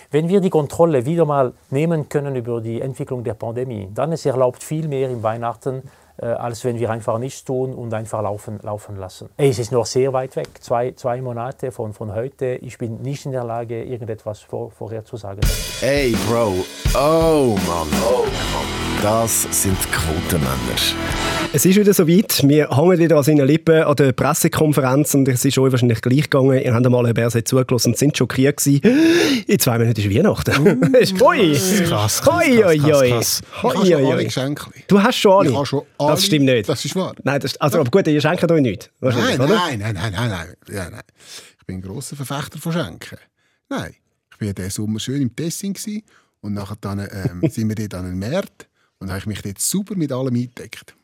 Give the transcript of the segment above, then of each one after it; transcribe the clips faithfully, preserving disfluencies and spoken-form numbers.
Wenn wir die Kontrolle wieder mal nehmen können über die Entwicklung der Pandemie, dann ist es erlaubt viel mehr im Weihnachten, äh, als wenn wir einfach nichts tun und einfach laufen, laufen lassen. Es ist noch sehr weit weg, zwei, zwei Monate von, von heute. Ich bin nicht in der Lage, irgendetwas vor, vorherzusagen. Ey, Bro. Oh, Mann. Oh, Mann. Das sind Quotenmänner. Es ist wieder soweit. Wir hängen wieder an seinen Lippen an der Pressekonferenz und es ist euch wahrscheinlich gleich gegangen. Ihr habt einmal Herr Berset zugelassen und sind schockiert gewesen. In zwei Monaten ist Weihnachten. Ui! Krass, krass, Hoi, krass, hoi, krass. hoi. Ich Hoi, habe schon hoi. alle Geschenke. Du hast schon alle? Ich habe schon alle. Das stimmt nicht. Das ist wahr. Nein, das, also, aber gut, ihr schenkt euch nichts. Nein, Oder? nein, nein, nein, nein, nein. Ja, nein. Ich bin ein grosser Verfechter von Schenken. Nein, ich war diesen Sommer schön im Tessin gewesen, und nachher dann, ähm, sind wir dort an einem Markt und habe ich mich dort super mit allem eingedeckt.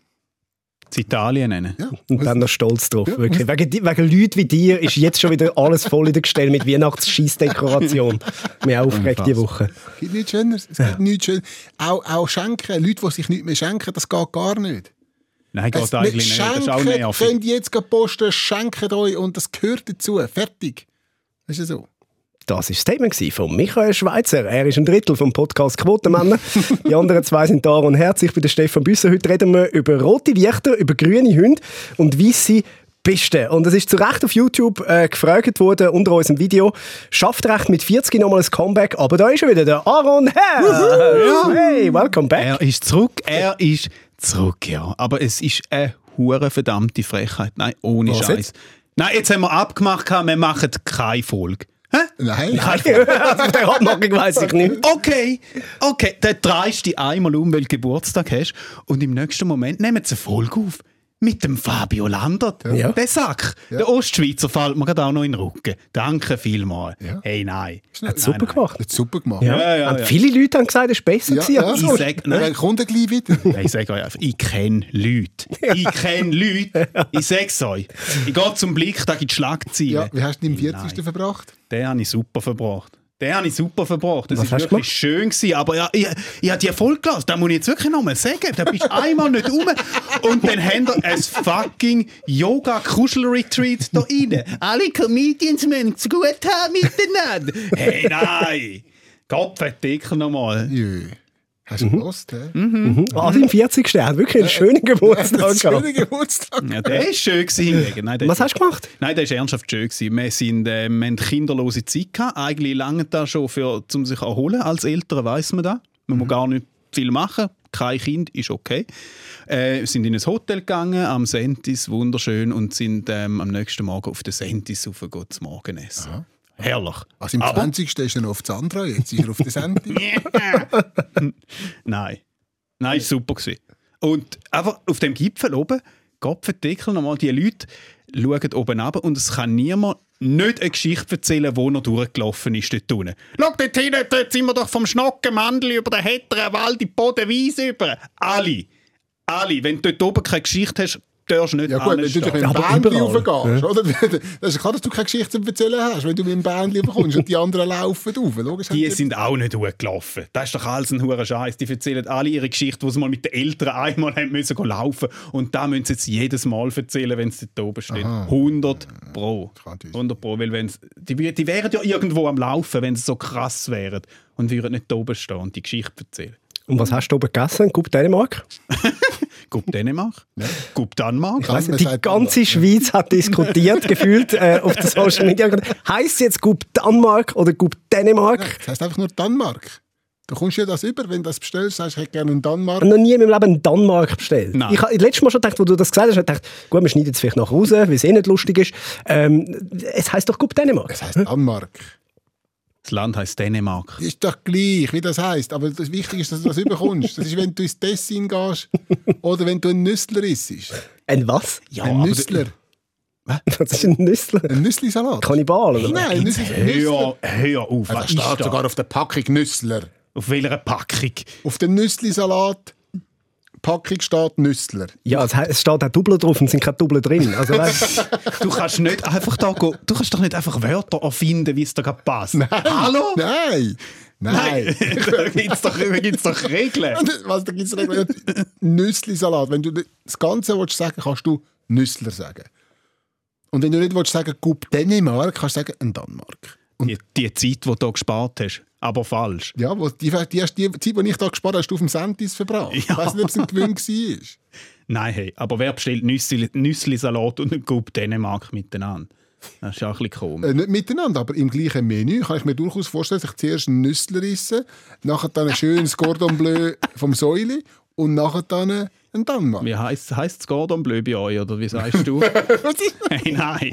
In Italien nennen. Ja. Und dann noch stolz drauf. Ja. Wirklich. Wegen, die- wegen Leuten wie dir ist jetzt schon wieder alles voll in der Gestell mit Weihnachtsscheissdekoration. Wir haben aufgeregt diese Woche. Es gibt nichts Schöneres. Es gibt nichts Schöneres. Auch, auch schenken. Leute, die sich nichts mehr schenken, das geht gar nicht. Nein, geht Es- eigentlich nicht. Das ist auch Schenken, nervig. könnt ihr jetzt gerade posten, schenkt euch und das gehört dazu. Fertig. Das ist ja so. Das war das Statement von Michael Schweizer. Er ist ein Drittel vom Podcast Quotenmänner. Die anderen zwei sind da und Herz. Ich bin der Stefan Büsser. Heute reden wir über rote Lichter, über grüne Hunde und weisse Pisten. Und es ist zu Recht auf YouTube äh, gefragt worden unter unserem Video. Schafft recht mit vierzig nochmal ein Comeback, aber da ist schon wieder der Aaron Herr. Ja. Hey, welcome back. Er ist zurück, er ist zurück, ja. Aber es ist eine hure verdammte Frechheit. Nein, ohne Was Scheiß. jetzt? Nein, jetzt haben wir abgemacht, wir machen keine Folge. Hä? Nein. Also, der Abmachung weiss ich nicht. Okay, okay, dann drehst du dich einmal um, weil du Geburtstag hast und im nächsten Moment nehmen sie eine Folge auf. Mit dem Fabio Landert. Ja. Der Sack. Ja. Der Ostschweizer fällt mir gerade auch noch in den Rücken. Danke vielmals. Ja. Hey, nein. Hat super gemacht. Hat super gemacht. Ja. Ja, ja, Und ja. viele Leute haben gesagt, es war besser Ja, gewesen ja. als Ich sonst. sag, Nein. nein. Kommt er gleich wieder? Ich sage euch einfach, ich kenne Leute. Ich kenne Leute. Ich sage es euch. Ich gehe zum Blick, da gibt es Schlagzeilen. Ja, wie hast du ihn am Nein. vierzigsten verbracht? Den habe ich super verbracht. Den habe ich super verbracht. Das Was war hast du wirklich schön gewesen. Aber ja, ich, ich habe die Erfolg gelassen. Da muss ich jetzt wirklich noch mal sagen. Da bist du einmal nicht rum. Und dann haben wir ein fucking Yoga-Kuschel-Retreat da rein. Alle Comedians müssen es gut haben miteinander. Hey, nein. Gott verdeckel noch mal. Jö. Hast du gewusst, hä? Mhm. An seinem vierzigsten Er hat wirklich einen schönen Geburtstag Das ist ein gehabt. schöner Geburtstag. Ja, der war schön gewesen hingegen. Nein, der Was hast du gemacht? Nein, das war ernsthaft schön gewesen. Wir, sind, äh, wir hatten kinderlose Zeit gehabt. Eigentlich lange da schon, für, um sich zu erholen. Als Eltern weiss man das. Man Mhm. muss gar nicht viel machen. Kein Kind ist okay. Äh, wir sind in ein Hotel gegangen, am Sentis, wunderschön, und sind ähm, am nächsten Morgen auf den Sentis raufgegangen zum Morgenessen. Aha. Herrlich. Also im Aber- zwanzigsten ist er noch auf Sandra, jetzt ist er auf der Sendung. Nein. Nein, es war super gewesen. Und einfach auf dem Gipfel oben, Gottverdeckel nochmal, die Leute schauen oben runter und es kann niemand nicht eine Geschichte erzählen, wo er durchgelaufen ist dort unten. Schau dort hinten, dort sind wir doch vom Schnockenmandel über den Hetteren Wald in die Bodenwiese über. Alle. Alle. Wenn du dort oben keine Geschichte hast, darfst du nicht Ja gut, wenn du anstehen. durch ein Aber Bändchen überall. raufgehst, oder? Das ist klar, dass du keine Geschichte zu erzählen hast, wenn du mit dem Bändchen raufkommst und die anderen laufen rauf. Logisch, Die haben sind auch nicht hochgelaufen. Das ist doch alles ein hoher Scheiß. Die erzählen alle ihre Geschichte, wo sie mal mit den Eltern einmal haben müssen gehen laufen. Und da müssen sie jetzt jedes Mal erzählen, wenn sie dort oben stehen. Aha. hundert Pro. Kann natürlich hundert Pro. Weil wenn's, die, wär- die wären ja irgendwo am Laufen, wenn sie so krass wären. Und würden nicht da oben stehen und die Geschichte erzählen. Und was hast du oben gegessen? Guck Dänemark? Guck Dänemark. Guck Danmark. Ja. Also Man die sagt ganze anders, ja. Schweiz hat diskutiert, gefühlt äh, auf den Social Media. Heißt es jetzt Gup Danmark oder Gup Dänemark? Das heisst einfach nur Danmark. Du kommst ja das über, wenn du das bestellst, sagst du, ich hätte gerne einen Danmark. Ich habe noch nie in meinem Leben einen Danmark bestellt. Nein. Ich habe letztes Mal schon gedacht, wo du das gesagt hast, habe ich gedacht, gut, wir schneiden es vielleicht nach Hause, weil es eh nicht lustig ist. Ähm, es heisst doch Gup Dänemark. Das heisst Danmark. Das Land heisst Dänemark. Ist doch gleich, wie das heisst. Aber das Wichtige ist, dass du das überkommst. Das ist, wenn du ins Tessin gehst oder wenn du einen Nüssler isst. Ein was? Ja, ein aber Nüssler. Was ist ein Nüssler? Ein Nüsslisalat. Kannibal, oder? Nein, ein Nüssli- Nüssler. Hör, hör auf, Das was steht ist da? sogar auf der Packung Nüssler. Auf welcher Packung? Auf dem Nüsslisalat Packung steht Nüssler. Ja, es, he- es steht auch Double drauf und es sind keine Double drin. Also, weißt, Du kannst nicht einfach da go, du kannst doch nicht einfach Wörter erfinden, wie es dir gerade passt. Hallo? Nein! Nein! da gibt es doch, da gibt's doch Regeln. Was, da gibt's Regeln. Nüsslisalat. Wenn du das Ganze willst sagen, kannst du Nüssler sagen. Und wenn du nicht willst sagen, Gup Dänemark, kannst du sagen, ein Danmark. Und Die, die Zeit, die du hier gespart hast, aber falsch. Ja, wo, die, die, die, die Zeit, die ich da gespart habe, hast du auf dem Sentis verbracht. Ja. Ich weiss nicht, ob es ein Gewinn war. Nein, hey, aber wer bestellt Nüssli, Nüssli-Salat und einen Coup Dänemark miteinander? Das ist ja auch ein bisschen komisch. Äh, nicht miteinander, aber im gleichen Menü kann ich mir durchaus vorstellen, dass ich zuerst einen Nüssli risse, nachher dann ein schönes Cordon Bleu vom Säuli und nachher dann ein Danmark. Wie heisst es Cordon Bleu bei euch, oder wie sagst du? Hey, nein.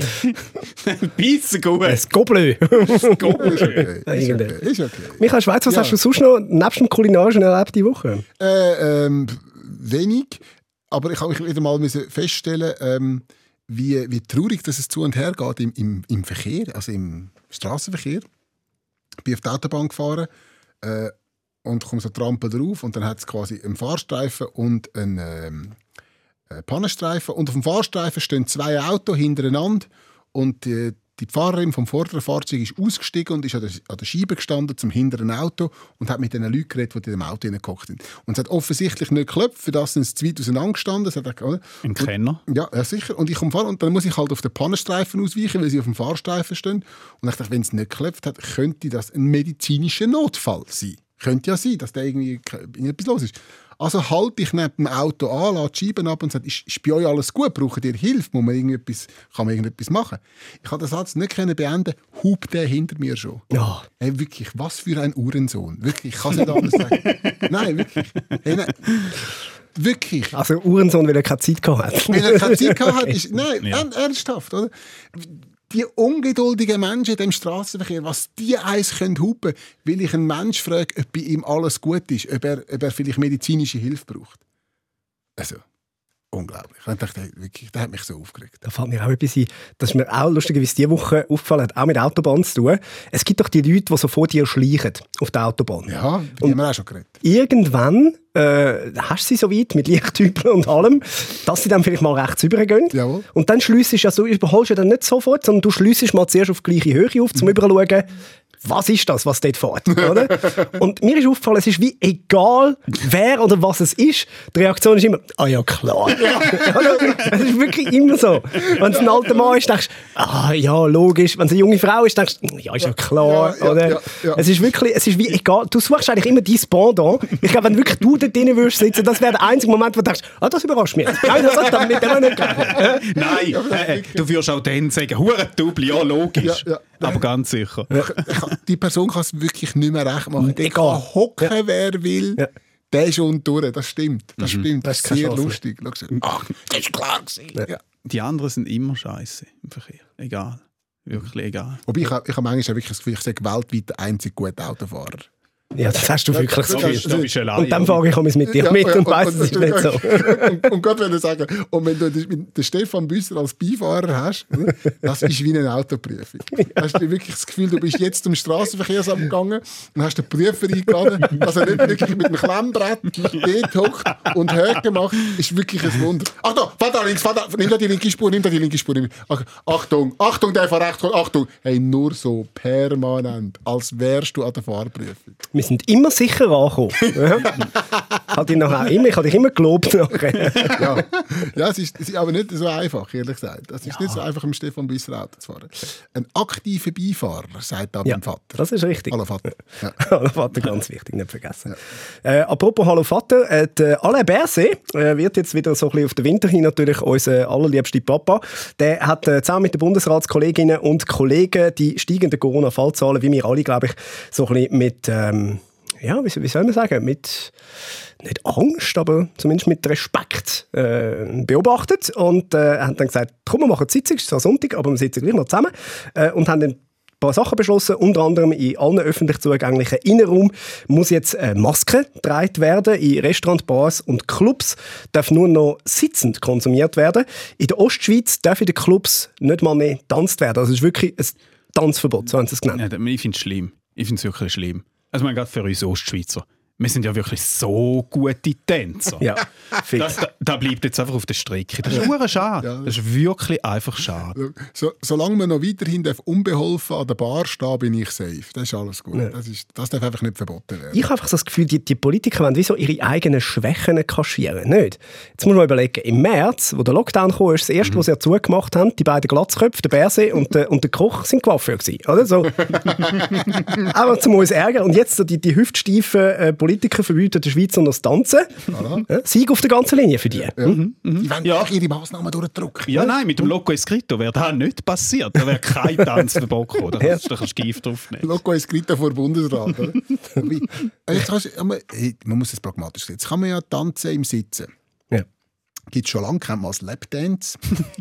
Bisschen gut. Ein Gobleu. Ist okay. Ist okay. Ist okay. Michael Schweizer, was Ja. hast du sonst noch nebst dem Kulinarischen erlebt diese Woche? Äh, ähm, wenig, aber ich habe mich wieder mal feststellen, ähm, wie, wie traurig dass es zu und her geht im, im, im Verkehr, also im Straßenverkehr. Ich bin auf die Autobahn gefahren äh, und komme so die Rampe drauf und dann hat es quasi einen Fahrstreifen und einen ähm, äh, Pannenstreifen und auf dem Fahrstreifen stehen zwei Autos hintereinander und äh, die Fahrerin vom vorderen Fahrzeug ist ausgestiegen und ist an der, an der Scheibe gestanden zum hinteren Auto und hat mit den Leuten geredet, die in dem Auto hineingehockt sind. Und es hat offensichtlich nicht geklopft, für das sind sie zu weit auseinandergestanden. Es hat, oder? Ein Kenner. Und, ja, ja, sicher. Und ich komme fahren und dann muss ich halt auf den Pannenstreifen ausweichen, weil sie auf dem Fahrstreifen stehen. Und ich dachte, wenn es nicht geklopft hat, könnte das ein medizinischer Notfall sein. Könnte ja sein, dass da irgendwie etwas los ist. Also halte ich neben dem Auto an, lasse die Scheiben ab und sage, ist, ist bei euch alles gut? Braucht ihr Hilfe? Muss man irgendetwas, kann man irgendetwas machen? Ich konnte den Satz nicht beenden, hupt der hinter mir schon. Ja. Hey, wirklich, was für ein Uhrensohn. Wirklich, ich kann es nicht anders sagen. Nein, wirklich. Hey, nein. Wirklich. Also Uhrensohn, weil er keine Zeit gehabt hat. Weil er keine Zeit gehabt hat, ist, nein, Ja. ernsthaft, oder? Die ungeduldigen Menschen in dem Straßenverkehr, was die eins können hupen, weil ich einen Mensch frage, ob bei ihm alles gut ist, ob er, ob er vielleicht medizinische Hilfe braucht. Also, unglaublich. Ich dachte, hey, wirklich, das hat mich so aufgeregt. Da fällt mir auch etwas ein. Das ist mir auch lustigerweise diese Woche aufgefallen, hat auch mit Autobahn zu tun. Es gibt doch die Leute, die so vor dir schleichen auf der Autobahn. Ja, die haben wir auch schon geredet. Irgendwann äh, hast du sie so weit mit Lichthübeln und allem, dass sie dann vielleicht mal rechts rübergehen. Jawohl. Und dann schliessest du, also du überholst ja dann nicht sofort, sondern du schliessest mal zuerst auf die gleiche Höhe auf, um mhm. rüberzuschauen, was ist das, was dort fährt, oder? Und mir ist aufgefallen, es ist wie egal, wer oder was es ist. Die Reaktion ist immer, ah ja, klar. Es ist wirklich immer so. Wenn es ein alter Mann ist, denkst du, ah ja, logisch. Wenn es eine junge Frau ist, denkst du, ja, ist ja klar. Ja, ja, oder? ja, ja. Es ist wirklich, es ist wie egal. Du suchst eigentlich immer dein Pendant. Ich glaube, wenn wirklich du dort drin würdest sitzen, das wäre der einzige Moment, wo du denkst, ah, das überrascht mich. Nein, das hat damit immer nicht gerechnet. Nein, äh, du würdest auch dann sagen, Hurendoppel, ja, logisch. Ja, ja. Aber ganz sicher. Die Person kann es wirklich nicht mehr recht machen. Der Egal. kann hocken, ja. wer will. Ja. Der ist unten durch. Das stimmt. Das Mhm. stimmt. Das, Das ist ist sehr keine Chance. lustig. Ach, das ist klar gewesen. Ja. Ja. Die anderen sind immer scheiße im Verkehr. Egal. Wirklich egal. Wobei ich, ich habe manchmal wirklich das Gefühl, ich sage weltweit der einzige gute Autofahrer. Ja, das hast du wirklich das Ja, Gefühl. das- Da bist du allein. Und dann fahre ich es mit dir Ja, mit ja, und weiss, es ist nicht so. Und, und Gott will sagen, und wenn du den Stefan Büsser als Beifahrer hast, das ist wie eine Autoprüfung. Hast du wirklich das Gefühl, du bist jetzt zum Straßenverkehrsamt gegangen und hast den Prüfer eingeladen, dass er nicht wirklich mit einem Klemmbrett dort hockt und Höhe macht, ist wirklich ein Wunder. Achtung, fahr da links, fahr da, nimm da die linke Spur, nimm da die linke Spur. Nimm. Ach, Achtung, Achtung, der von rechts kommt, Achtung. Hey, nur so permanent, als wärst du an der Fahrprüfung. Wir sind immer sicher angekommen. Ja. Hat ich nachher auch immer, ich habe dich immer gelobt nachher. Ja, ja es, ist, es ist aber nicht so einfach, ehrlich gesagt. Es ist ja. nicht so einfach, mit Stefan Büsser Auto zu fahren. Ein aktiver Beifahrer, sagt da Ja, mein Vater. das ist richtig. Hallo Vater. Ja. Hallo Vater, ganz wichtig, nicht vergessen. Ja. Äh, apropos Hallo Vater, äh, der Alain Berset äh, wird jetzt wieder so ein bisschen auf den Winter hin natürlich unser allerliebster Papa. Der hat äh, zusammen mit den Bundesratskolleginnen und Kollegen die steigenden Corona-Fallzahlen, wie wir alle, glaube ich, so ein bisschen mit, ähm, ja, wie, wie soll man sagen, mit nicht Angst, aber zumindest mit Respekt äh, beobachtet und äh, haben dann gesagt, komm, wir machen die Sitzung, es ist zwar Sonntag, aber wir sitzen gleich mal zusammen äh, und haben dann ein paar Sachen beschlossen, unter anderem in allen öffentlich zugänglichen Innenraum muss jetzt eine Maske getragen werden. In Restaurants, Bars und Clubs darf nur noch sitzend konsumiert werden. In der Ostschweiz darf in den Clubs nicht mal mehr getanzt werden. Also es ist wirklich ein Tanzverbot, so haben sie es genannt. Ja, ich finde es schlimm. Ich finde es wirklich schlimm. Also ich meine, gerade für uns Ostschweizer. Wir sind ja wirklich so gute Tänzer. Ja, dass, das bleibt jetzt einfach auf der Strecke. Das ist verdammt schade. Ja. Das ist wirklich einfach schade. So, solange man noch weiterhin darf unbeholfen an der Bar stehen, bin ich safe. Das ist alles gut. Ja. Das, ist, das darf einfach nicht verboten werden. Ich habe einfach so das Gefühl, die, die Politiker wollen wie so ihre eigenen Schwächen kaschieren. Nicht? Jetzt muss man überlegen, im März, wo der Lockdown kam, ist das erste, mhm. was sie ja zugemacht haben, die beiden Glatzköpfe, der Berse und der, und der Koch, sind Coiffeur gewesen. Oder? So. Aber zum uns ärgern. Und jetzt so die, die hüftsteifen äh, Politiker verbieten der Schweiz noch das Tanzen. Ja? Sieg auf der ganzen Linie für die. Ja. Mhm. Die wollen Ja. ihre Massnahmen durchdrücken. Ja, nein, mit dem Loco Escrito wäre das nicht passiert. Da wäre kein Tanzverbot gekommen. Da kannst du kannst Gift draufnehmen. Loco Escrito vor Bundesrat. Oder? Wobei, jetzt kannst, du- aber, hey, man muss es pragmatisch sehen. Jetzt kann man ja tanzen im Sitzen. Ja. Gibt es schon lange, kennt man als Lapdance.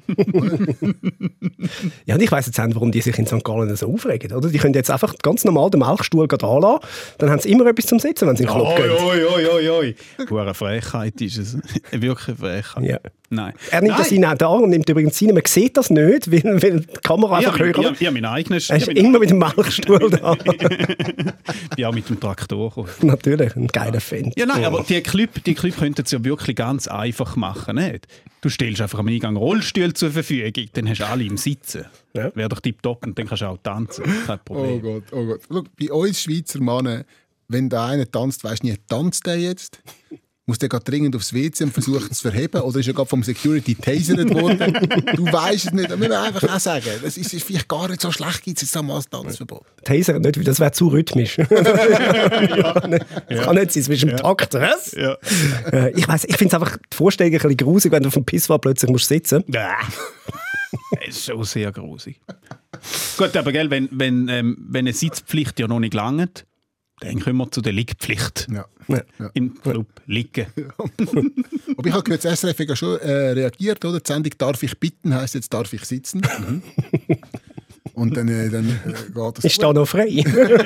Ja, und ich weiss jetzt nicht, warum die sich in Sankt Gallen so aufregen. Oder? Die können jetzt einfach ganz normal den Melkstuhl gerade anlassen, dann haben sie immer etwas zum Sitzen, wenn sie in den Club Oi, gehen. oi, oi, oi, oi. Eine Frechheit ist es. Wirklich eine Frechheit. Ja. Nein. Er nimmt das ihn auch da und nimmt übrigens rein. Man sieht das nicht, weil, weil die Kamera Ich einfach habe höher. ich, hab- ich hab meinen eigenen... Er ist immer mit dem Melkstuhl da. Ich bin auch mit dem Traktor gekommen. Natürlich, ein geiler Fan. Ja, nein, aber die Club, die Club könnten es ja wirklich ganz einfach machen, nicht? Du stellst einfach am Eingang Rollstühle zur Verfügung, dann hast du alle im Sitzen. Ja. Wäre doch tipptopp und dann kannst du auch tanzen. Kein Oh Problem. Gott, oh Gott. Schau, bei uns Schweizer Männern, wenn der eine tanzt, weisst du nie, tanzt der jetzt? Muss der gerade dringend aufs W C und versucht es zu verheben? Oder ist er gerade vom Security taseret worden? Du weisst es nicht. Da müssen wir einfach auch sagen, das ist, ist vielleicht gar nicht so schlecht, gibt es jetzt einmal ein Tanzverbot. Taser nicht, weil das wäre zu rhythmisch. Das kann nicht sein, zwischen dem Takt. Was? Ja. Äh, Ich weiss, ich finde es einfach die Vorstellung ein bisschen grusig, wenn du auf dem Pisswall plötzlich musst sitzen musst. Das ist schon sehr grusig. Gut, aber gell, wenn, wenn, ähm, wenn eine Sitzpflicht ja noch nicht langt, dann kommen wir zu der Liegpflicht. Ja. Ja. Im Club liegen. Aber ich habe gehört, das S R F hat ja schon äh, reagiert, oder? Die Sendung «Darf ich bitten» heisst jetzt «Darf ich sitzen?» Und dann, äh, dann äh, geht das Ist da noch frei?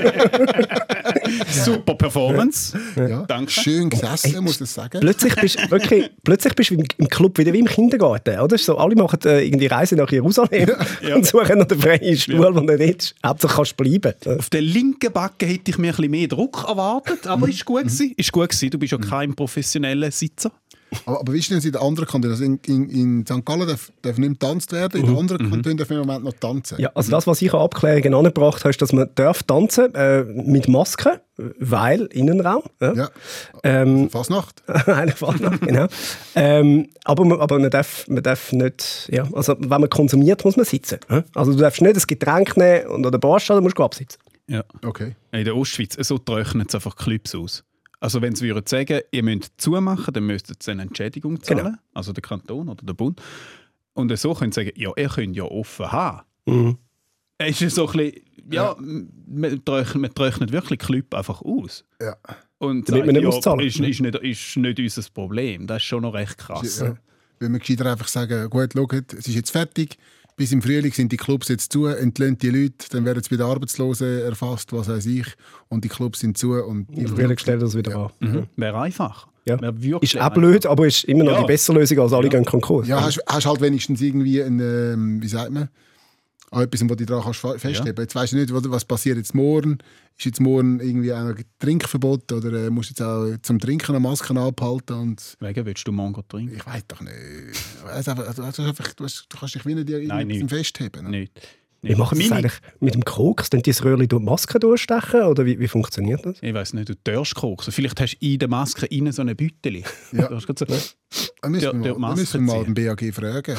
Super Performance. ja. Danke. Schön gesessen, muss ich sagen. plötzlich bist du wirklich, plötzlich bist du im, im Club wieder wie im Kindergarten. Oder? So, alle machen äh, irgendwie Reise nach Jerusalem Ja. und suchen noch den freien Stuhl, ja. wo du nicht hauptsächlich kannst bleiben. Auf der linken Backe hätte ich mir ein bisschen mehr Druck erwartet, aber ist gut gewesen. Ist gut gewesen. Du bist ja kein professioneller Sitzer. Aber, aber wie ist denn in den anderen Kantonen? Also in, in, in Sankt Gallen darf, darf nicht mehr getanzt werden, in den anderen Kantonen darf man im Moment noch tanzen. Ja, also das, was ich an Abklärungen angebracht habe, ist, dass man darf tanzen äh, mit Maske, weil Innenraum. Ja. Ja. Ähm, Fasnacht. Eigentlich fast noch, genau. Ähm, aber man, aber man, darf, man darf nicht, ja, also wenn man konsumiert, muss man sitzen. Ja? Also du darfst nicht ein Getränk nehmen und an der Bar stehen, dann musst du absitzen. Ja. Okay. In der Ostschweiz, so trocknet es einfach Clubs aus. Also wenn sie würden sagen, ihr müsst zumachen, dann müsstet ihr eine Entschädigung zahlen, Genau. also der Kanton oder der Bund. Und so können sie sagen, ja, ihr könnt ja offen haben. Mhm. Es ist so ein bisschen, ja, man trocknet, man trocknet wirklich Club einfach aus. Ja. Und Damit man nicht ja, muss zahlen. ist, ist, nicht, ist nicht unser Problem. Das ist schon noch recht krass. Ja. Wenn wir gescheiter einfach sagen, gut, schaut, es ist jetzt fertig, bis im Frühling sind die Clubs jetzt zu, entlöhnt die Leute, dann werden sie bei den Arbeitslosen erfasst, was weiß ich, und die Clubs sind zu. Und die Im Frühling stellt das wieder an. Mhm. Wäre einfach. Ja. Wäre wirklich Ist auch blöd, aber ist immer noch Ja. die bessere Lösung, als alle Ja. gehen Konkurs. Ja, hast, hast halt wenigstens irgendwie ein, ähm, wie sagt man, auch etwas, wo du dran kannst fe- festheben. Ja. Jetzt weißt du nicht, was, was passiert jetzt morgen. Ist jetzt morgen irgendwie auch ein Trinkverbot oder äh, musst du jetzt auch zum Trinken eine Maske abhalten? Und Wegen willst du Mango trinken? ich weiß doch nicht. Also, einfach, du, hast einfach, du, hast, du kannst dich wie nicht Nein, irgendwie nicht. festheben. Ne? Nicht. Wie machen sie das Meine- eigentlich mit dem Koks? Dann die das Röhrchen durch die Maske durchstechen? Oder wie, wie funktioniert das? Ich weiss nicht, du darfst koksen. Vielleicht hast du in der Maske innen so eine Bütteli. Ja. Du hast gerade so, Da müssen Der- wir der mal, da Maske müssen wir mal ziehen. den B A G fragen.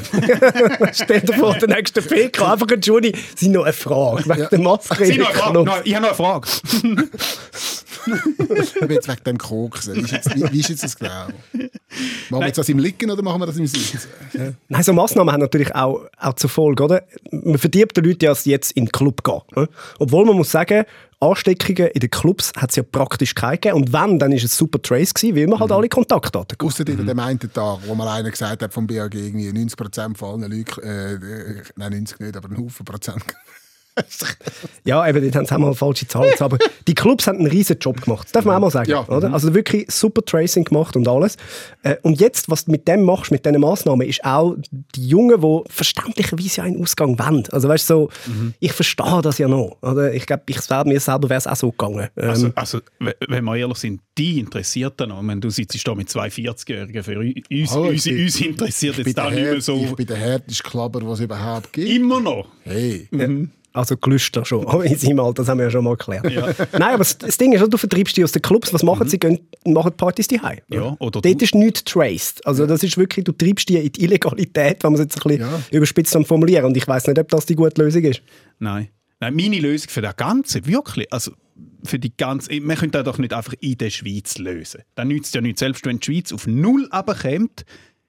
Stell dir vor, der nächste P K, einfach Entschuldigung, sie noch eine Frage wegen Ja. der Maske. Sie in noch den eine Frage. Knopf. Noch- Ich habe noch eine Frage. Ich bin jetzt wegen dem Koksen. Wie ist jetzt, wie, wie ist jetzt das genau? Machen wir jetzt das im Liegen oder machen wir das im Sitzen? Nein, so Massnahmen haben natürlich auch, auch zur Folge, oder? Man verdirbt den Leuten ja, dass sie jetzt in den Club gehen. Ne? Obwohl man muss sagen, Ansteckungen in den Clubs hat es ja praktisch keine gegeben. Und wenn, dann war es super Trace gewesen, weil man halt alle Kontaktdaten hat. Ausser mhm. dem einen Tag, wo mal einer gesagt hat vom B A G, irgendwie neunzig Prozent von allen Leuten, äh, äh, nein neunzig nicht, aber ein Haufen Prozent, Ja, eben, dort haben sie auch mal falsche Zahlen. Aber die Clubs haben einen riesen Job gemacht. Das darf man auch mal sagen. Ja. Oder? Also wirklich super Tracing gemacht und alles. Äh, und jetzt, was du mit dem machst, mit diesen Massnahmen, ist auch die Jungen, die verständlicherweise ja einen Ausgang wollen. Also weißt du, so, mhm. ich verstehe das ja noch. Oder? Ich glaube, ich, mir selber wäre es auch so gegangen. Ähm, also, also, wenn wir ehrlich sind, die interessiert dann noch. Wenn du sitzt da mit zwei vierzigjährigen, für uns, oh, uns, bin, uns interessiert jetzt da nicht mehr so. Ich bin der härteste Klabber, was es überhaupt gibt. Immer noch. Hey. Mhm. Also Gelüster schon, aber in seinem Alter, das haben wir ja schon mal geklärt. Ja. Nein, aber das, das Ding ist, du vertreibst die aus den Clubs, was machen mhm. sie? Gehen, machen Partys daheim. Ja, oder dort ist nichts traced. Also das ist wirklich, du treibst die in die Illegalität, wenn man es jetzt ein bisschen ja. überspitzt formulieren. Und ich weiss nicht, ob das die gute Lösung ist. Nein. Nein, meine Lösung für das Ganze, wirklich, also für die ganze, man könnte das doch nicht einfach in der Schweiz lösen. Das nützt ja nichts. Selbst wenn die Schweiz auf null runterkommt,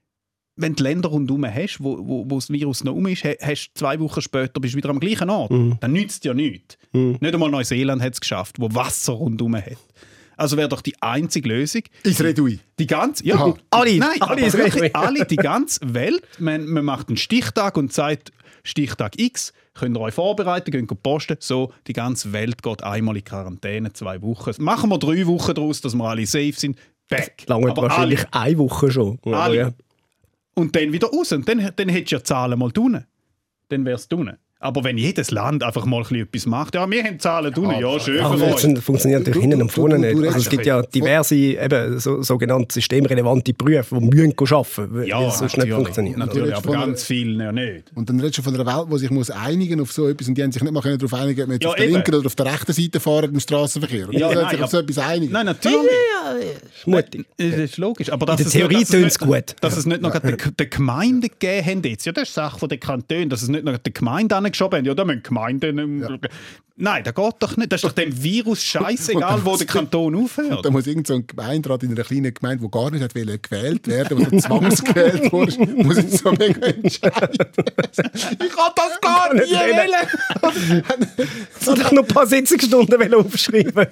wenn du Länder rundherum hast, wo, wo, wo das Virus noch um ist, hast zwei Wochen später bist du wieder am gleichen Ort. Mhm. Dann nützt ja nichts. Mhm. Nicht einmal Neuseeland hat es geschafft, wo Wasser rundherum hat. Also wäre doch die einzige Lösung. Ist Redui. Die ganze, ja, Aha. alle, nein, alle, aber wirklich alle, die ganze Welt. Man, man macht einen Stichtag und sagt, Stichtag X, könnt ihr euch vorbereiten, könnt posten. So, die ganze Welt geht einmal in Quarantäne, zwei Wochen. Machen wir drei Wochen daraus, dass wir alle safe sind. Back. Lange wahrscheinlich alle, eine Woche schon. Alle. Ja. Und dann wieder raus. Und dann, dann hättest du ja die Zahlen mal tun. Dann wär's tun. Aber wenn jedes Land einfach mal etwas macht, ja, wir haben Zahlen tun, ja, schön ja, für euch. Das funktioniert natürlich hinten und vorne nicht. Also es gibt ja diverse eben, so, sogenannte systemrelevante Berufe, die müssen arbeiten müssen, ja, weil es sonst nicht funktioniert. Natürlich, aber ganz viel ja nicht. Und dann redest du von einer Welt, die sich muss einigen auf so etwas und die haben sich nicht mal darauf einigen, ob wir jetzt ja, auf der eben. linken oder auf der rechten Seite fahren im Straßenverkehr. Ja, die nein, sich ja. auf so etwas einigen. Nein, natürlich. Ja, ja, ja. Mutig. Das ist logisch. Aber in der Theorie tönt es gut. Dass es nicht noch ja. den Gemeinden gegeben haben jetzt. Ja, das ist Sache der Kantone. Dass es nicht noch den Gemeinden angeschoben haben. Ja, da müssen Gemeinden... Ja. Nein, das geht doch nicht. Das ist doch dem Virus scheißegal, wo der Kanton aufhört. Und da muss irgend so ein Gemeinderat in einer kleinen Gemeinde, der gar nicht hat gewählt werden wollte, der zwangsgewählt wurde, muss jetzt so mega entscheiden. Ich kann das gar nicht wählen! Soll ich noch ein paar Sitzungsstunden aufschreiben?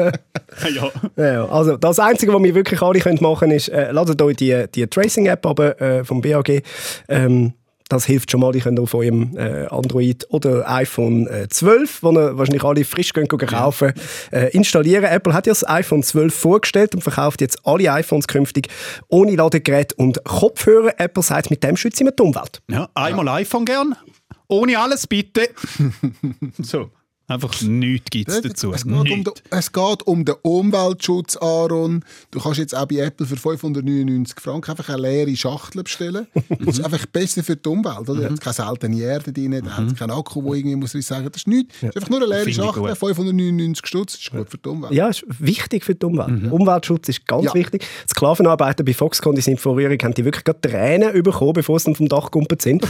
ja. Ja, also das Einzige, was wir wirklich alle machen können, ist, äh, ladet euch die, die Tracing-App aber, äh, vom B A G. Ähm, Das hilft schon mal. Ich könnt auf eurem äh, Android oder iPhone äh, zwölf, das ihr wahrscheinlich alle frisch gehen, gehen kaufen, äh, installieren. Apple hat ja das iPhone zwölf vorgestellt und verkauft jetzt alle iPhones künftig ohne Ladegerät und Kopfhörer. Apple sagt, mit dem schützen wir die Umwelt. Ja, einmal ja. iPhone gern, ohne alles bitte. So. Einfach nichts gibt es dazu. Es geht, um den, es geht um den Umweltschutz, Aaron. Du kannst jetzt auch bei Apple für fünfhundertneunundneunzig Franken einfach eine leere Schachtel bestellen. Das ist einfach besser für die Umwelt. Oder? Da hat keine seltene Erde drin, da hat keinen Akku, wo irgendwie muss ich sagen, das ist nichts. Es ist einfach nur eine leere Finde Schachtel, fünfhundertneunundneunzig Stutz, das ist gut für die Umwelt. Ja, ist wichtig für die Umwelt. Mhm. Umweltschutz ist ganz ja. wichtig. Die Sklavenarbeiter bei Foxconn, die sind vor Rührung, haben die wirklich gerade Tränen bekommen, bevor sie dann vom Dach gekumpelt sind.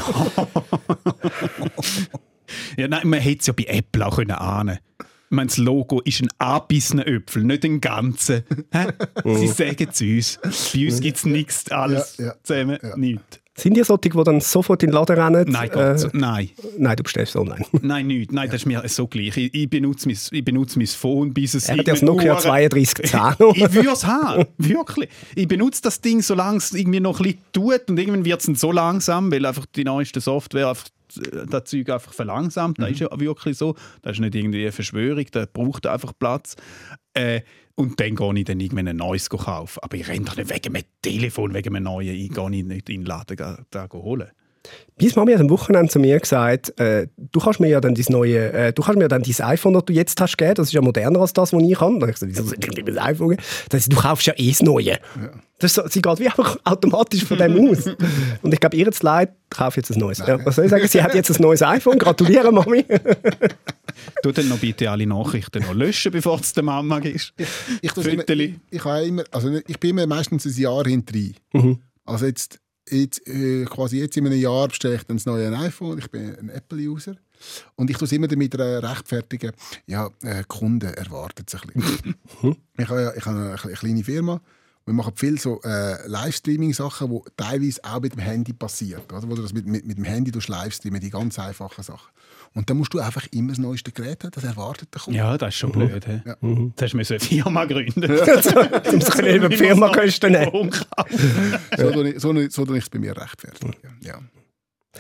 Ja, nein, man hätte es ja bei Apple auch ahnen können. Ich meine, das Logo ist ein angebissener Äpfel, nicht ein ganzer. Sie sagen es uns. Bei uns gibt es nichts, alles ja, ja, zusammen, ja. nichts. Sind die solche, die dann sofort in den Laden rennen? Nein, Gott, äh, nein. Nein, du bestellst es online. Nein, nicht. Nein, das ist mir so gleich. Ich, ich, benutze, mein, ich benutze mein Phone, bis es... Er hat ja das Nokia zweiunddreißig zehn. Ich, ich würde es haben, wirklich. Ich benutze das Ding, solange es irgendwie noch ein bisschen tut und irgendwann wird es so langsam, weil einfach die neueste Software einfach das Zeug einfach verlangsamt. Mhm. Das ist ja wirklich so. Das ist nicht irgendwie eine Verschwörung, das braucht einfach Platz. Äh, und dann gehe ich dann irgendwann ein neues kaufen. Aber ich renne doch nicht wegen einem Telefon, wegen einem neuen, ich gehe nicht in den Laden da holen. Meine Mami hat am Wochenende zu mir gesagt, äh, du kannst mir ja dann dein neue, äh, du kannst mir dann dein iPhone, das du jetzt hast, geben. Das ist ja moderner als das, was ich kann. Dann habe ich gesagt, wieso soll ich mir das iPhone geben? Das, du kaufst ja eh das Neue. Ja. Das ist so, sie geht wie einfach automatisch von dem aus. Und ich glaube, ihr zu leid, kaufe jetzt ein neues. Ja, was soll ich sagen? Sie hat jetzt ein neues iPhone. Gratuliere, Mami. Du dann noch bitte alle Nachrichten noch löschen, bevor es der Mama ist. Ich, ich, immer, ich, ich, immer, also ich bin immer meistens ein Jahr hinterher. Mhm. Also jetzt... Jetzt, äh, quasi jetzt in einem Jahr bestelle ich dann das neue iPhone. Ich bin ein Apple-User. Und ich tue es immer damit äh, rechtfertigen, ja, äh, Kunden erwarten es ein bisschen. ich habe ja, ich habe eine, eine kleine Firma und wir machen viel so äh, Livestreaming-Sachen, die teilweise auch mit dem Handy passieren. Oder? Wo du das mit, mit, mit dem Handy livestreamen, die ganz einfachen Sachen. Und dann musst du einfach immer das neueste Gerät haben, das erwartet der Kunde. Ja, das ist schon mhm. blöd. He? Ja. Mhm. Jetzt hast du eine Firma gründen. Ja. Du musst über die Firma kosten nehmen. So tue ich es so, so bei mir rechtfertigen. Ja.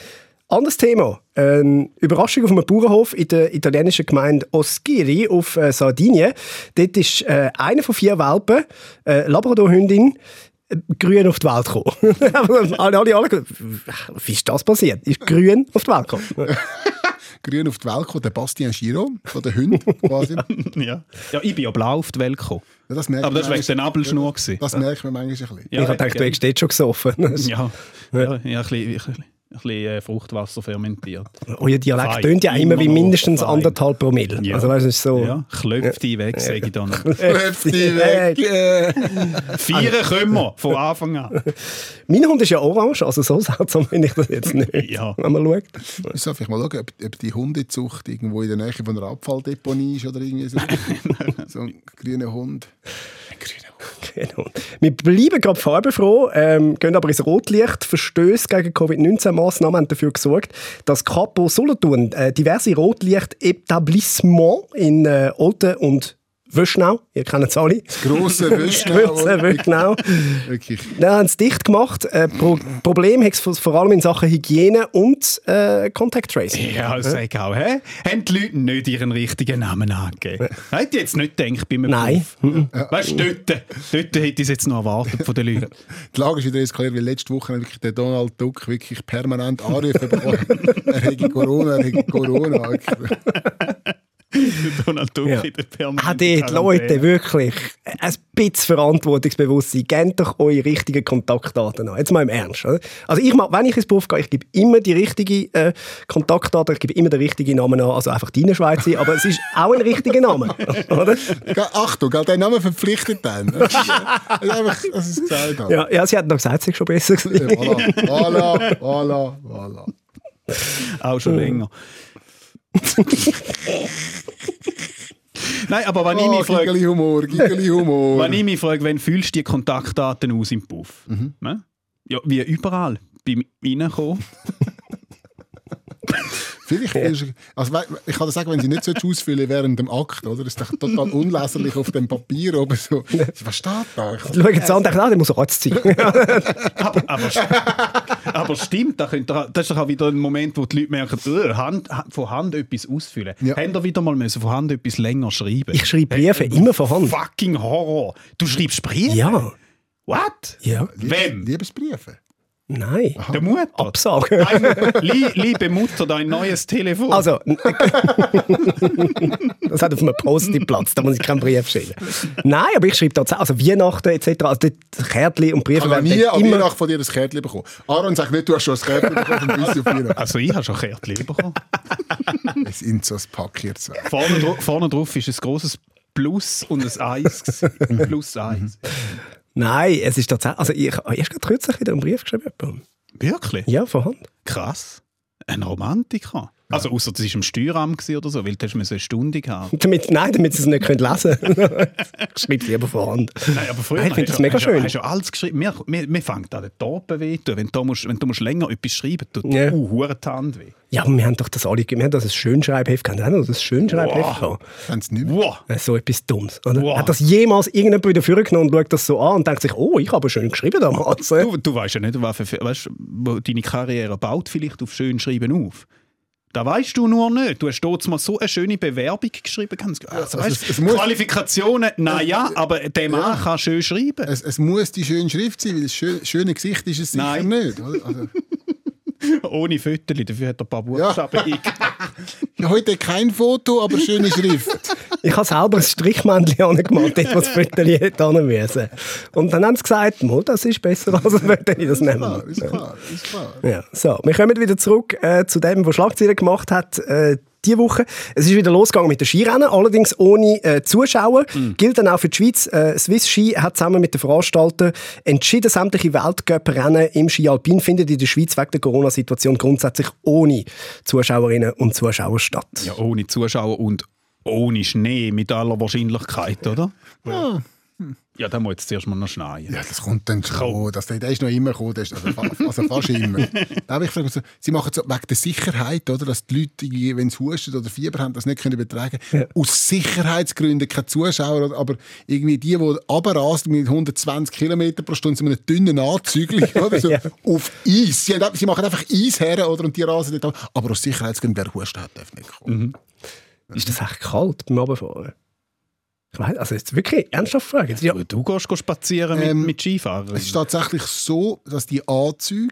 Anderes Thema. Eine Überraschung auf einem Bauernhof in der italienischen Gemeinde Oschiri auf äh, Sardinien. Dort ist äh, einer von vier Welpen, äh, Labradorhündin, äh, grün auf die Welt gekommen. alle, alle, alle, wie ist das passiert? Ist grün auf die Welt gekommen. Grün auf die Welt gekommen, der Bastien Giraud, von der Hund quasi. ja. ja, ich bin ja blau auf die Welt gekommen. Ja, das aber das war wegen der Nabelschnur. Das, das merkt man manchmal ein bisschen. Ja, ich habe gedacht, du hättest dort schon gesoffen. ja, ja, ja, ein bisschen, ein bisschen, ein bisschen äh, Fruchtwasser fermentiert. Euer Dialekt tönt ja immer wie mindestens fein. anderthalb Promille. Ja. Also, weißt du, so. Ja, klopft die weg, sage ich dann. Klopft die weg. Vieren können wir, von Anfang an. Mein Hund ist ja orange, also so seltsam finde ich das jetzt nicht, ja. wenn man schaut. Ich soll vielleicht mal schauen, ob, ob die Hundezucht irgendwo in der Nähe von einer Abfalldeponie ist oder irgendwie so. So ein grüner Hund. Ein grüner Hund. Genau. Wir bleiben gerade farbenfroh, ähm, gehen aber ins Rotlicht. Verstöße gegen Covid neunzehn Massnahmen haben dafür gesorgt, dass Kapo Solothurn äh, diverse Rotlicht-Etablissements in äh, Olten und Wöschnau, ihr kennt es alle. Das grosse Wöschnau. Grosse Wöschnau. Wirklich. Dann haben sie dicht gemacht. Äh, Pro- Problem hat es vor allem in Sachen Hygiene und äh, Contact Tracing. Ja, sag auch, hä? Haben die Leute nicht ihren richtigen Namen angegeben? Hätte ich jetzt nicht gedacht bei einem Nein. Beruf. Weißt du, dort, dort hätte ich es jetzt noch erwartet von den Leuten. Die Lage ist wieder eskaliert, weil letzte Woche wirklich der Donald Duck wirklich permanent Anrufe bekommen. Er hätte Corona, er hätte Corona. Donald Duck Ja. in der permanenten Ah, dort, Leute, wirklich ein bisschen Verantwortungsbewusstsein. Gebt doch eure richtigen Kontaktdaten an. Jetzt mal im Ernst. Oder? Also ich mach, wenn ich ins Beruf gehe, ich gebe immer die richtigen äh, Kontaktdaten, ich gebe immer den richtigen Namen an, also einfach deine Schweizer, aber es ist auch ein richtiger Name. Oder? Achtung, der Name verpflichtet dann. Das ist einfach, dass ich es gesagt habe. Ja, ja, sie hat noch gesagt, es ist schon besser gewesen. Voilà, voilà, voilà, voilà. Auch schon länger. Nein, aber wenn Oh, ich mich frage, Giggeli Humor, Giggeli Humor. wenn ich mich frage, wann fühlst du die Kontaktdaten aus im Puff? Mhm. Ne? Ja, wie überall. Beim Reinkommen. Vielleicht ist, also, ich kann dir sagen, wenn sie nicht ausfüllen während dem Akt, oder? Das ist doch total unleserlich auf dem Papier oben so. Was steht da? Ich Schau jetzt an und denke, ah, der muss Arzt sein. aber, aber, aber stimmt, da könnt ihr, das ist doch auch wieder ein Moment, wo die Leute merken, äh, Hand, von Hand etwas ausfüllen. Ja. Haben ihr wieder mal müssen von Hand etwas länger schreiben? Ich schreibe Briefe Hey, immer von Hand. Fucking Horror. Du schreibst Briefe? Ja. What? Ja. Wem? Liebesbriefe. Nein. Der Mutter? Absage. Ein, li, liebe Mutter, dein neues Telefon. Also, das hat auf einem Post-it Platz, da muss ich keinen Brief schreiben. Nein, aber ich schreibe tatsächlich, also Weihnachten et cetera. Also dort Kärtchen und Briefe Ich habe werden nie an immer... Weihnachten von dir ein Kärtchen bekommen. Aaron sagt nicht, du hast schon ein Kärtchen bekommen von uns auf Weihnachten. Also ich habe schon Kärtchen bekommen. Es sind so ein Pack hier zwei. Vorne, dra- vorne drauf ist ein grosses Plus und ein Eis. Plus Eis. Nein, es ist tatsächlich... Also ich habe erst gerade kürzlich wieder einen Brief geschrieben. Wirklich? Ja, von Hand. Krass. Ein Romantiker. Also außer das war im Steueramt gewesen oder so, weil du hast eine Stunde haben. Damit, nein, damit sie es nicht lesen können. Ich schreibe es lieber von Hand. Nein, aber früher Nein, ich finde hast das mega hast schön. Hast du alles geschrieben? Mir, mir, mir fängt an der Topen weh. Wenn du musst, wenn du musst länger etwas schreiben tut Ja. uh, hure die Hand weh. Ja, aber wir haben doch das alle... Wir haben das ein Schönschreibheft gehabt. Wir haben das Schönschreibheft Wow. gehabt. Haben sie nicht mehr? Wow. Äh, So etwas Dummes. Oder? Wow. Hat das jemals irgendjemand wieder vorgenommen und schaut das so an und denkt sich, oh, ich habe schön geschrieben damals. Du, du weißt ja nicht, was für, weißt, wo deine Karriere baut vielleicht auf schön schreiben auf. Das weißt du nur nicht. Du hast dort mal so eine schöne Bewerbung geschrieben. Ganz, also, also weißt, es- es muss- Qualifikationen, naja, aber der Mann Ja. kann schön schreiben. Es, es muss die schöne Schrift sein, weil das schö schöne Gesicht ist es sicher Nein. nicht. Oder? Also, Ohne Fötterchen, dafür hat er ein paar Buchstaben eingegeben. ja, heute kein Foto, aber schöne Schrift. Ich habe selber ein Strichmännchen angemalt, dort, wo das Fötterchen hätte hin müssen. Und dann haben sie gesagt, «Mal, das ist besser als ein Fötterchen, das nehmen Klar, wir.» ist klar, ist klar. Ja, so, wir kommen wieder zurück äh, zu dem, was Schlagzeilen gemacht hat äh, diese Woche. Es ist wieder losgegangen mit den Skirennen, allerdings ohne äh, Zuschauer. Mhm. Gilt dann auch für die Schweiz. Äh, Swiss Ski hat zusammen mit den Veranstaltern entschieden, sämtliche Weltcup-Rennen im Ski Alpin findet in der Schweiz wegen der Corona-Situation grundsätzlich ohne Zuschauerinnen und Zuschauer statt. Ja, ohne Zuschauer und ohne Schnee mit aller Wahrscheinlichkeit, oder? Ja, Ja, da muss jetzt zuerst mal noch schneien. Ja, das kommt dann schon. Komm. Das, der ist noch immer gekommen. Das ist, also, fa- also fast immer. Aber ich frage mich so, sie machen so wegen der Sicherheit, oder, dass die Leute, irgendwie, wenn sie husten oder Fieber haben, das nicht können übertragen können. Ja. Aus Sicherheitsgründen keine Zuschauer, oder, aber irgendwie die, die runterrasen mit hundertzwanzig Kilometer pro Stunde, so einem dünnen Anzug, oder so, Ja. auf Eis. Sie, haben, sie machen einfach Eis her, oder, und die rasen dort ab. Aber aus Sicherheitsgründen, wer husten hat, darf nicht kommen. Mhm. Ist das echt kalt beim Runterfahren? Ich weiss, also jetzt wirklich ernsthaft fragen. Ja. Du gehst, gehst spazieren mit, Ähm, mit Skifahrern. Es ist tatsächlich so, dass die Anzüge,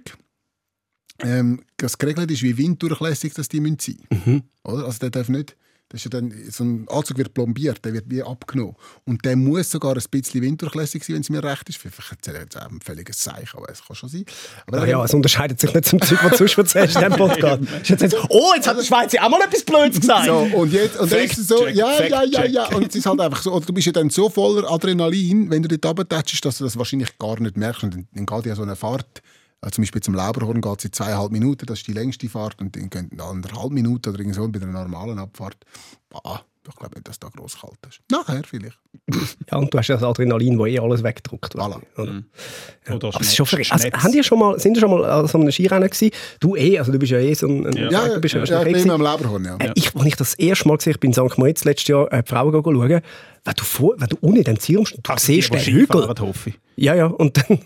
ähm, das geregelt ist, wie winddurchlässig dass die sein müssen. Mhm. Oder? Also der darf nicht, das ist ja dann, so ein Anzug wird plombiert, der wird wie abgenommen. Und der muss sogar ein bisschen winddurchlässig sein, wenn es mir recht ist. Vielleicht erzähle ich jetzt auch ein völliges Zeichen, aber es kann schon sein. Aber Ah ja, es unterscheidet sich nicht zum Zeug, was du sonst erzählst in diesem Podcast. Ist jetzt jetzt, oh, jetzt hat der Schweizer auch mal etwas Blödes gesagt. so, und jetzt, und dann ist es so, Fact-check, ja, ja, ja, ja. Fact-check. Und es ist halt einfach so, oder du bist ja dann so voller Adrenalin, wenn du dort runtertatschst, dass du das wahrscheinlich gar nicht merkst. Und dann, dann geht ja so eine Fahrt, äh, zum Beispiel zum Lauberhorn geht es in zweieinhalb Minuten, das ist die längste Fahrt, und dann gehen anderthalb Minuten oder irgend so bei einer normalen Abfahrt. Ah, ich glaube nicht, dass da gross kalt ist. Nachher vielleicht. Ja, und du hast ja das Adrenalin, das eh alles wegdrückt. Voilà. Oder? Oder Aber es ist Schnee- schon verrückt. Also, Schnetz. haben die schon mal, sind ihr schon mal an so einem Skirennen gewesen? Du eh, also du bist ja eh so ein... ein Ja. Ja, du bist ja, ja, schon ich bin gewesen. immer am Lauberhorn, ja. Äh, Ich, als ich das erste Mal gesehen ich bin in Sankt Moritz letztes Jahr äh, die Frauen schauen, wenn du, vor, wenn du unten in dem Zielraum stehst, du Also siehst die, den die Hügel. Skifahren, hoffe ich. Ja, ja, und dann,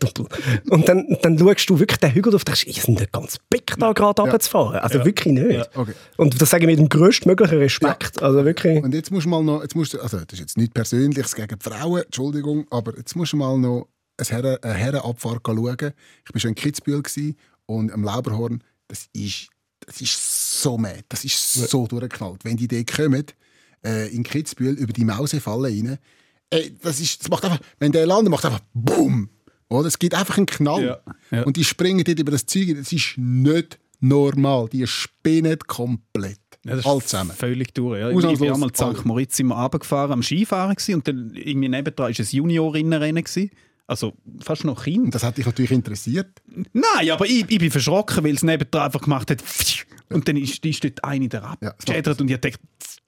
und dann, dann schaust du wirklich den Hügel auf und denkst, ich sind nicht ganz pick da gerade Ja. runterzufahren. Also Ja. wirklich nicht. Ja. Okay. Und das sage ich mit dem grösstmöglichen Respekt. Also wirklich. Und jetzt musst du mal noch, jetzt musst du, also das ist jetzt nichts Persönliches gegen die Frauen, Entschuldigung, aber jetzt musst du mal noch eine, Herren, eine Herrenabfahrt schauen. Ich war schon in Kitzbühel gewesen, und am Lauberhorn, das ist, das ist so mad, das ist so durchgeknallt. Wenn die dort kommen, äh, in Kitzbühel über die Mausefalle rein, ey, das ist, das macht einfach, wenn der landet, macht einfach BOOM! Oder? Es gibt einfach einen Knall. Ja, ja. Und die springen dort über das Zeug, das ist nicht normal. Die spinnen komplett. Ja, das All ist zusammen. völlig durch. Ja. Ich Ausnahmslos bin einmal in alle. Sankt Moritz immer runtergefahren, am Skifahren gewesen, und dann irgendwie nebendran war ein Juniorinnenrennen gewesen. Also fast noch Kind. Und das hat dich natürlich interessiert. Nein, aber ich, ich bin verschrocken, weil es nebendran einfach gemacht hat. Und dann ist, ist dort eine da Ja, abgeschädert, und ich dachte,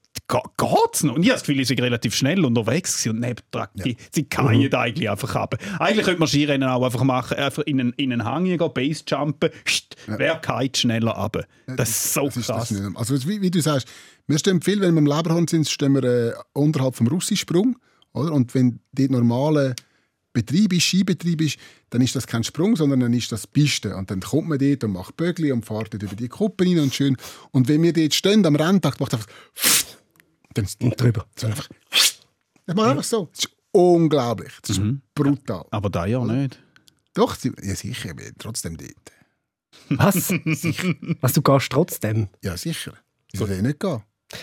geht's noch? Und ich habe das Gefühl, ich war relativ schnell unterwegs gewesen, und nebendran, Ja. die, sie kallen eigentlich einfach ab. Eigentlich könnte man Skirennen auch einfach machen, einfach in einen, in einen Hang gehen, Basejumpen, wer kalt schneller ab. Das ist so Das ist krass. das nicht. Also wie, wie du sagst, wir stehen viel, wenn wir im Leberhorn sind, stehen wir äh, unterhalb vom Russisprung. Oder? Und wenn dort normale Betrieb ist, Skibetrieb ist, dann ist das kein Sprung, sondern dann ist das Piste. Und dann kommt man dort und macht Bögli und fährt dort über die Kuppe rein und schön. Und wenn wir dort stehen am Renntag, macht einfach dann ist Und drüber. so einfach, das macht einfach so. Das ist unglaublich. Das ist brutal. Aber da ja nicht. Doch, sie- ja sicher, ich bin trotzdem dort. Was? Was, du gehst trotzdem? Ja, sicher. Wieso soll ich nicht gehen?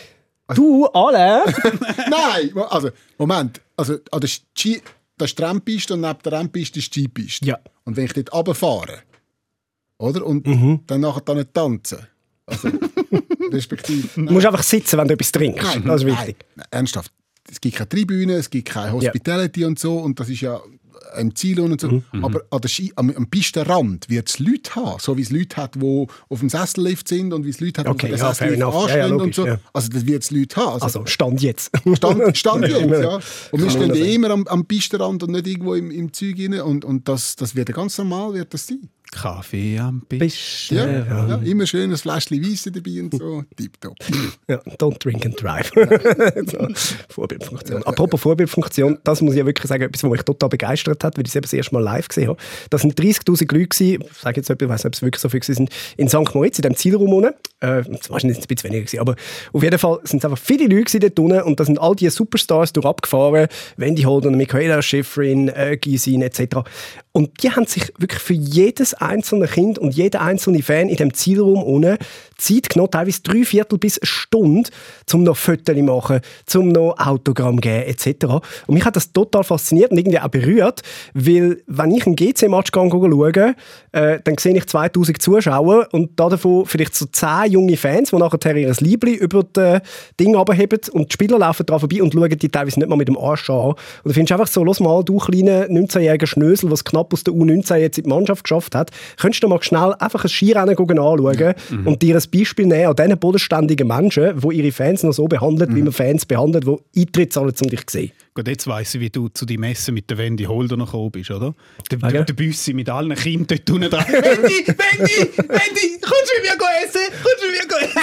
Du, alle? Nein! Also, Moment. Also, an der Ski, das ist die Rennpiste und neben der Rennpiste ist die Skipiste. Ja. Und wenn ich dort runterfahre, oder? Und Mhm. dann nachher dann nicht tanzen. Also, respektive. Du musst einfach sitzen, wenn du etwas trinkst. Nein, Das ist nein, wichtig. nein, ernsthaft. Es gibt keine Tribüne, es gibt keine Hospitality und so. Und das ist ja im Ziel und so. Mhm. Aber an der Ski, am, am Pistenrand wird es Leute haben. So wie es Leute hat, die auf dem Sessellift sind und wie es Leute hat, Okay, die auf ja, dem fair Sessellift enough. Ja, ja, anstehen und logisch, so. ja. Also das wird es Leute haben. Also, Also, Stand jetzt. Stand, stand jetzt, ja. Und wir stehen man sagen. immer am, am Pistenrand und nicht irgendwo im, im Zeug rein. Und, und das, das wird ganz normal wird das sein. Kaffee am Biss. Bist, Ja, äh, ja. ja, immer schön ein Fläschchen Weisse dabei und so. Tipptopp. Ja, don't drink and drive. So, Vorbildfunktion. Apropos Vorbildfunktion, das muss ich ja wirklich sagen, etwas, was mich total begeistert hat, weil ich es eben das erste Mal live gesehen habe. Das sind dreissigtausend Leute gewesen, ich sage jetzt etwas, ich weiss nicht, ob es wirklich so viel sind, in Sankt Moritz, in diesem Zielraum unten. Äh, wahrscheinlich sind es ein bisschen weniger gewesen, aber auf jeden Fall sind es einfach viele Leute gewesen dort unten, und da sind all die Superstars durch abgefahren, Wendy Holden, Michaela Schifrin, äh, Gysin et cetera. Und die haben sich wirklich für jedes einzelne Kind und jeden einzelnen Fan in dem Zielraum unten Zeit genommen, teilweise drei Viertel bis eine Stunde, um noch Fotos zu machen, um noch Autogramm zu geben et cetera. Und mich hat das total fasziniert und irgendwie auch berührt, weil wenn ich einen G C-Match schaue, äh, dann sehe ich zweitausend Zuschauer und davon vielleicht so zehn junge Fans, die nachher ihr Liebli über das Ding runterheben, und die Spieler laufen dran vorbei und schauen die teilweise nicht mal mit dem Arsch an. Und du findest einfach so, los mal, du kleiner neunzehnjähriger Schnösel, der es knapp aus der U neunzehn jetzt in die Mannschaft geschafft hat, könntest du mal schnell einfach ein Skirennen anschauen mhm. und dir ein Beispiel nehmen an diesen bodenständigen Menschen, die ihre Fans noch so behandeln, mhm. wie man Fans behandelt, die Eintritt zahlen, um dich zu sehen. Gut, jetzt weiss ich, wie du zu deinem Essen mit der Wendy Holder noch gekommen bist, oder? Der, der, der Büssi mit allen Kindern dort unten dran. Wendy, Wendy, Wendy, kommst du mit mir essen? Kommst du mit mir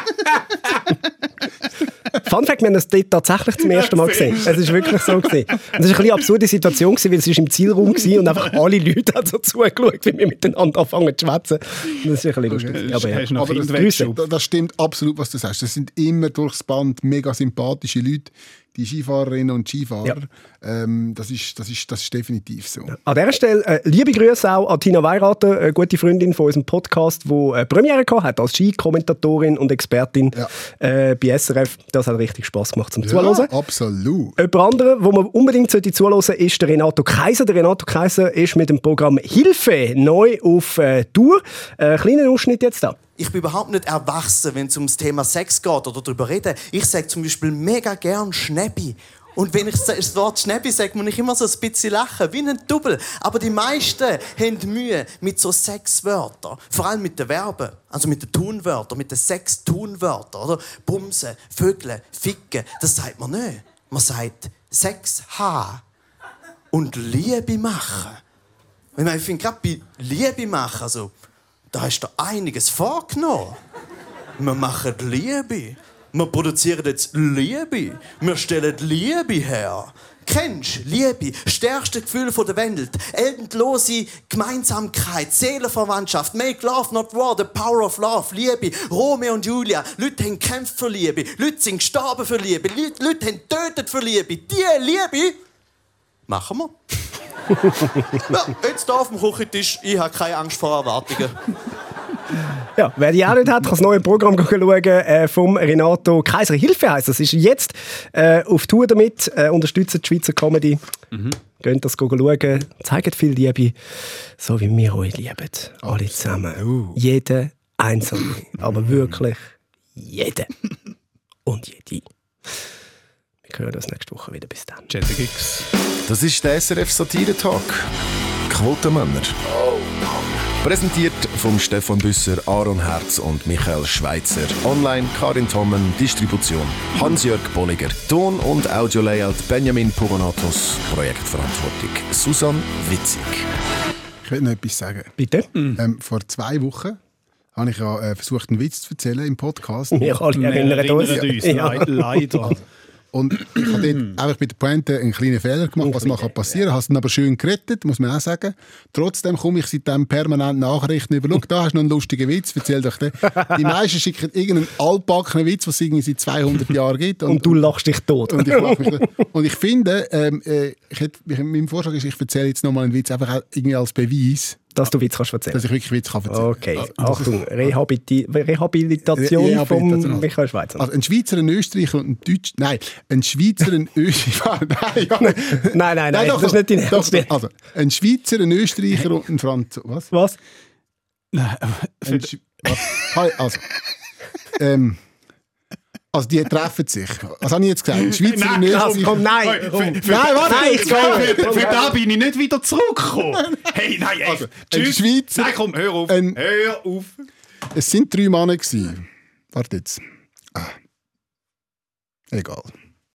essen? Fun Fact, wir haben das dort tatsächlich zum ersten Mal gesehen. Es war wirklich so. Gewesen. Und es war eine bisschen absurde Situation, weil es im Zielraum war und einfach alle Leute haben so zugeschaut, wie wir miteinander anfangen zu schwätzen. Das ist ein bisschen lustig. Okay. Aber, ja. Hast du noch Aber Kind das, weggeschoben? das stimmt absolut, was du sagst. Das sind immer durchs Band mega sympathische Leute, die Skifahrerinnen und Skifahrer. Ja. Ähm, das, ist, das, ist, das ist definitiv so. An dieser Stelle äh, liebe Grüße auch an Tina Weirater, eine gute Freundin von unserem Podcast, die äh, Premiere hatte als Skikommentatorin und Expertin Ja. äh, bei S R F. Das hat richtig Spass gemacht zum Ja, Zuhören. absolut. Jemand anderer, wo man unbedingt zuhören sollte, ist der Renato Kaiser. Der Renato Kaiser ist mit dem Programm Hilfe neu auf äh, Tour. Äh, kleiner Ausschnitt jetzt da. Ich bin überhaupt nicht erwachsen, wenn es ums Thema Sex geht oder darüber reden. Ich sage zum Beispiel mega gern Schnäppi. Und wenn ich das Wort Schnäppi sage, muss ich immer so ein bisschen lachen, wie ein Double. Aber die meisten haben Mühe mit so Sexwörtern. Vor allem mit den Verben, also mit den Tunwörtern, mit den Sex-Tunwörtern. Oder? Bumsen, Vögeln, Ficken, das sagt man nicht. Man sagt Sex haben und Liebe machen. Ich meine, ich finde gerade bei Liebe machen, also, da hast du einiges vorgenommen. Wir machen Liebe. Wir produzieren jetzt Liebe. Wir stellen Liebe her. Kennst du Liebe? Stärkste Gefühl der Welt. Endlose Gemeinsamkeit, Seelenverwandtschaft. Make love not war, the power of love. Liebe. Romeo und Julia. Leute haben gekämpft für Liebe. Leute sind gestorben für Liebe. Leute, Leute haben getötet für Liebe. Die Liebe machen wir. Ja, jetzt hier auf dem Küchentisch. Ich habe keine Angst vor Erwartungen. Ja, wer die auch nicht hat, kann das neue Programm schauen äh, vom Renato Kaiser. Hilfe heisst das. Ist jetzt äh, auf Tour damit. Äh, unterstützt die Schweizer Comedy. Mhm. Geht das schauen. Zeigt viel Liebe. So wie wir euch lieben. Alle zusammen. Uh. Jeder Einzelne. Aber wirklich jeder. Und jede. Wir hören uns nächste Woche wieder. Bis dann. Jetagix. Das ist der S R F Satire-Talk. Quotenmänner. Präsentiert von Stefan Büsser, Aaron Herz und Michael Schweitzer. Online Karin Tommen, Distribution Hans-Jörg Bolliger. Ton- und Audio-Layout Benjamin Pogonatos. Projektverantwortung Susanne Witzig. Ich will noch etwas sagen. Bitte? Ähm, vor zwei Wochen habe ich ja äh, versucht, einen Witz zu erzählen im Podcast. Wir alle erinnern uns. uns. Ja. Le- Leider. Und ich habe dort einfach bei der Pointe einen kleinen Fehler gemacht, was mal passieren kann. Habe es dann aber schön gerettet, muss man auch sagen. Trotzdem komme ich seitdem permanent Nachrichten über. Schau, da hast du noch einen lustigen Witz, erzähl doch den. Die meisten schicken irgendeinen altbackenen Witz, den es irgendwie seit zweihundert Jahren gibt. Und, Und du lachst dich tot. und ich, lach mich tot. Und ich finde, ähm, äh, ich hätte, mein Vorschlag ist, ich erzähle jetzt nochmal einen Witz, einfach auch irgendwie als Beweis, dass du Witz kannst erzählen. dass ich wirklich Witz kann erzählen kann. Okay, Also, Achtung, Rehabiliti Rehabilitation, Re- Rehabilitation. von Michael Schweitzer. Also ein Schweizer, ein Österreicher und ein Deutscher. Nein, ein Schweizer, ein Österreicher. nein, ja. nein, nein, nein, doch, das ist nicht dein doch, Ernst. doch. Also, ein Schweizer, ein Österreicher und ein Franzose. Was? Was? Nein, Ein Sch- was? Hi, also, ähm, also, die treffen sich. Was habe ich jetzt gesagt? Ein Schweizer, ein Nein, Österreicher. Komm, nein, Für, komm. für, Nein, warte! Nein, ich für, für da bin ich nicht wieder zurückgekommen. Hey, nein, ey. Also, ein Tschüss. Schweizer- Nein, komm, hör auf. ein- hör auf. Es sind drei Männer gewesen. Warte jetzt. Ah. Egal.